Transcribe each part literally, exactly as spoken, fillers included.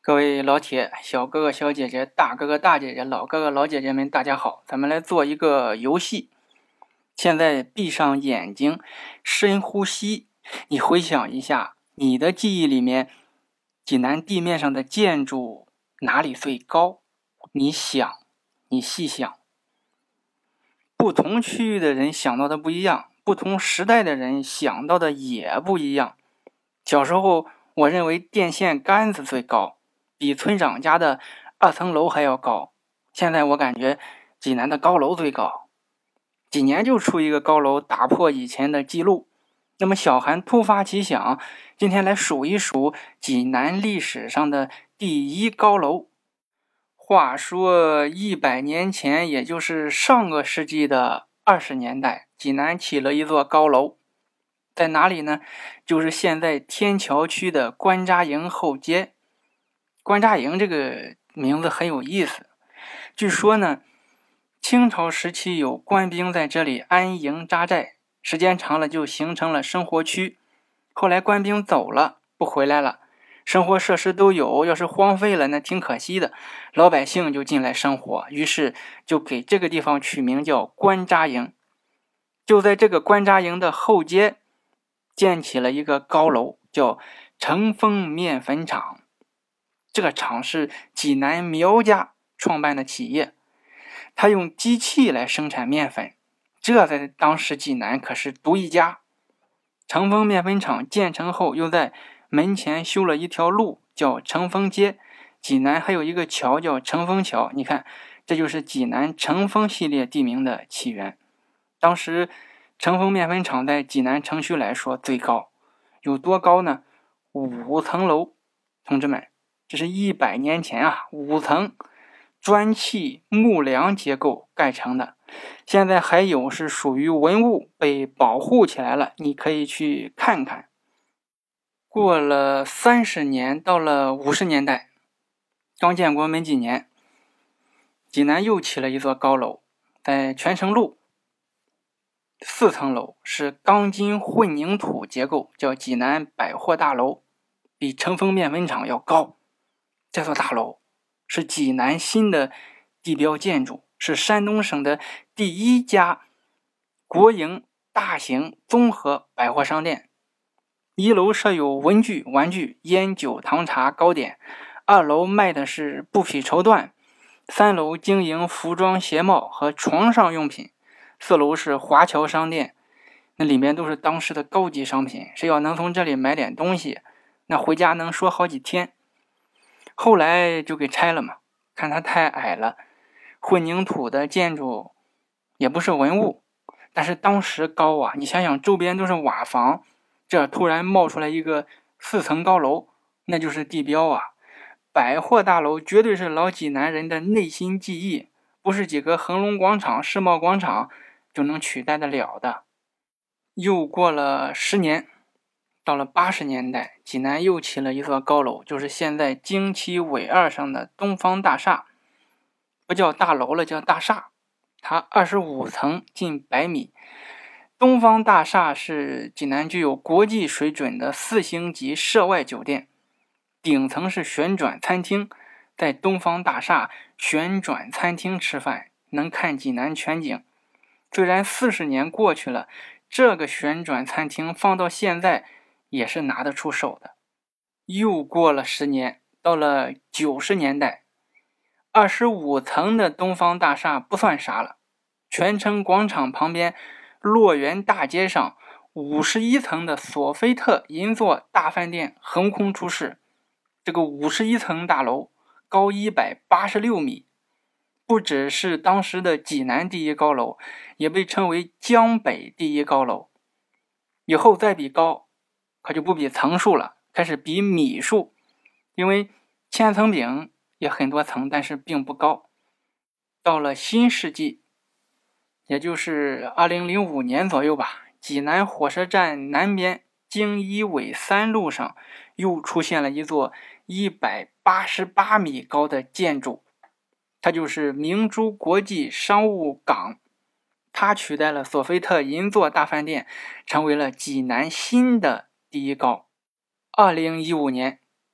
各位老铁、小哥哥、小姐姐、大哥哥、大姐姐、老哥哥、老姐姐们，大家好！咱们来做一个游戏。现在闭上眼睛，深呼吸。你回想一下，你的记忆里面，济南地面上的建筑哪里最高？你想，你细想。不同区域的人想到的不一样，不同时代的人想到的也不一样。小时候，我认为电线杆子最高。比村长家的二层楼还要高。现在我感觉济南的高楼最高，几年就出一个高楼，打破以前的记录。那么小韩突发奇想，今天来数一数济南历史上的第一高楼。话说一百年前，也就是上个世纪的二十年代，济南起了一座高楼，在哪里呢？就是现在天桥区的关扎营后街。关扎营这个名字很有意思，据说呢，清朝时期有官兵在这里安营扎寨，时间长了就形成了生活区。后来官兵走了，不回来了，生活设施都有，要是荒废了那挺可惜的，老百姓就进来生活，于是就给这个地方取名叫关扎营。就在这个关扎营的后街建起了一个高楼，叫成丰面粉厂。这个厂是济南苗家创办的企业，他用机器来生产面粉，这在当时济南可是独一家。成丰面粉厂建成后，又在门前修了一条路，叫成丰街。济南还有一个桥叫成丰桥，你看，这就是济南成丰系列地名的起源。当时成丰面粉厂在济南城区来说最高，有多高呢？五层楼，同志们。这是一百年前啊，五层砖砌木梁结构盖成的，现在还有是属于文物，被保护起来了，你可以去看看。过了三十年，到了五十年代，刚建国没几年，济南又起了一座高楼，在泉城路，四层楼，是钢筋混凝土结构，叫济南百货大楼，比成丰面粉厂要高。这座大楼是济南新的地标建筑，是山东省的第一家国营大型综合百货商店。一楼设有文具、玩具、烟酒、糖茶、糕点，二楼卖的是布匹绸缎，三楼经营服装鞋帽和床上用品，四楼是华侨商店，那里面都是当时的高级商品，谁要能从这里买点东西，那回家能说好几天。后来就给拆了嘛，看它太矮了，混凝土的建筑也不是文物，但是当时高啊，你想想周边都是瓦房，这突然冒出来一个四层高楼，那就是地标啊。百货大楼绝对是老济南人的内心记忆，不是几个恒隆广场、世贸广场就能取代得了的。又过了十年，到了八十年代，济南又起了一座高楼，就是现在京七纬二上的东方大厦，不叫大楼了，叫大厦。它二十五层，近百米。东方大厦是济南具有国际水准的四星级涉外酒店，顶层是旋转餐厅，在东方大厦旋转餐厅吃饭，能看济南全景。虽然四十年过去了，这个旋转餐厅放到现在也是拿得出手的。又过了十年，到了九十年代，二十五层的东方大厦不算啥了，泉城广场旁边洛源大街上五十一层的索菲特银座大饭店横空出世。这个五十一层大楼高一百八十六米，不只是当时的济南第一高楼，也被称为江北第一高楼。以后再比高可就不比层数了，开始比米数，因为千层饼也很多层，但是并不高。到了新世纪，也就是二零零五年左右吧，济南火车站南边京一纬三路上又出现了一座一百八十八米高的建筑，它就是明珠国际商务港，它取代了索菲特银座大饭店，成为了济南新的第一高。二零一五年，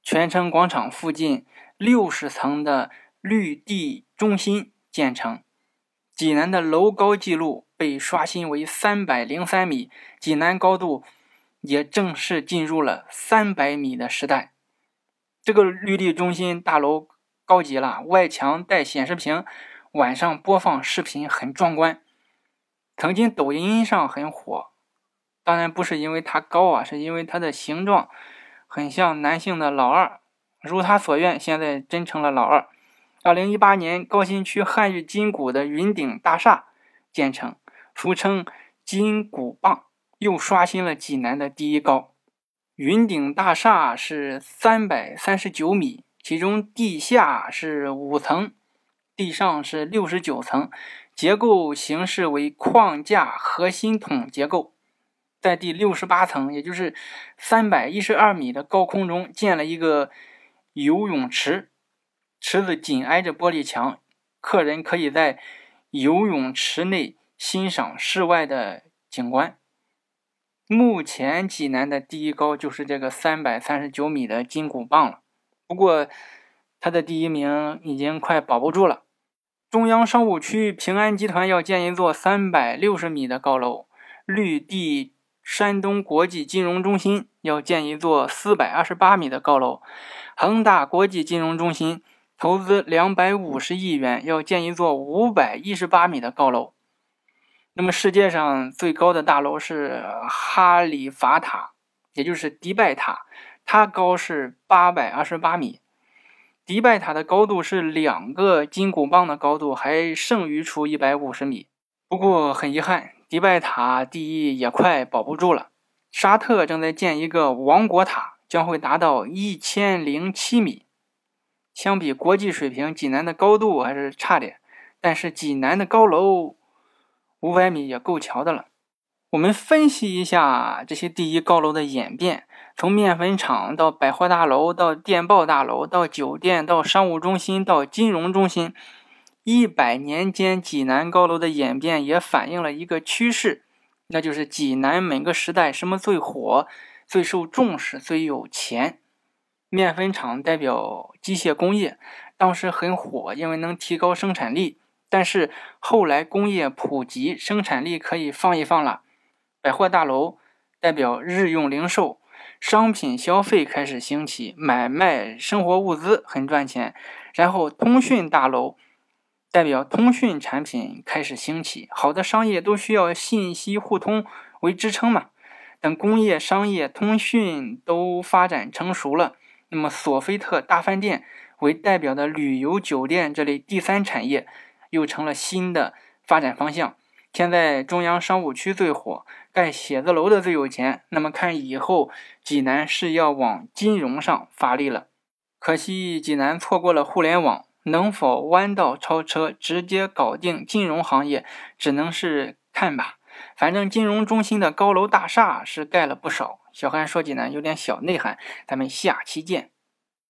泉城广场附近六十层的绿地中心建成。济南的楼高纪录被刷新为三百零三米，济南高度也正式进入了三百米的时代。这个绿地中心大楼高级了，外墙带显示屏，晚上播放视频很壮观。曾经抖音上很火，当然不是因为它高啊，是因为它的形状很像男性的老二，如他所愿，现在真成了老二。二零一八年，高新区汉域金谷的云顶大厦建成，俗称金谷棒，又刷新了济南的第一高。云顶大厦是三百三十九米，其中地下是五层，地上是六十九层，结构形式为框架核心筒结构。在第六十八层，也就是三百一十二米的高空中建了一个游泳池，池子紧挨着玻璃墙，客人可以在游泳池内欣赏室外的景观。目前济南的第一高就是这个三百三十九米的金谷棒了，不过它的第一名已经快保不住了。中央商务区平安集团要建一座三百六十米的高楼，绿地山东国际金融中心要建一座四百二十八米的高楼，恒大国际金融中心投资两百五十亿元要建一座五百一十八米的高楼。那么世界上最高的大楼是哈利法塔，也就是迪拜塔，它高是八百二十八米。迪拜塔的高度是两个金谷棒的高度，还剩余出一百五十米。不过很遗憾，迪拜塔第一也快保不住了。沙特正在建一个王国塔，将会达到一千零七米。相比国际水平，济南的高度还是差点，但是济南的高楼五百米也够瞧的了。我们分析一下这些第一高楼的演变，从面粉厂到百货大楼，到电报大楼，到酒店，到商务中心，到金融中心，一百年间济南高楼的演变也反映了一个趋势，那就是济南每个时代什么最火，最受重视，最有钱。面粉厂代表机械工业，当时很火，因为能提高生产力，但是后来工业普及，生产力可以放一放了。百货大楼代表日用零售，商品消费开始兴起，买卖生活物资很赚钱。然后通讯大楼代表通讯产品开始兴起，好的商业都需要信息互通为支撑嘛。等工业、商业、通讯都发展成熟了，那么索菲特大饭店为代表的旅游酒店这类第三产业又成了新的发展方向。现在中央商务区最火，盖写字楼的最有钱，那么看以后济南是要往金融上发力了。可惜济南错过了互联网，能否弯道超车直接搞定金融行业，只能是看吧。反正金融中心的高楼大厦是盖了不少。小韩说济南有点小内涵，咱们下期见。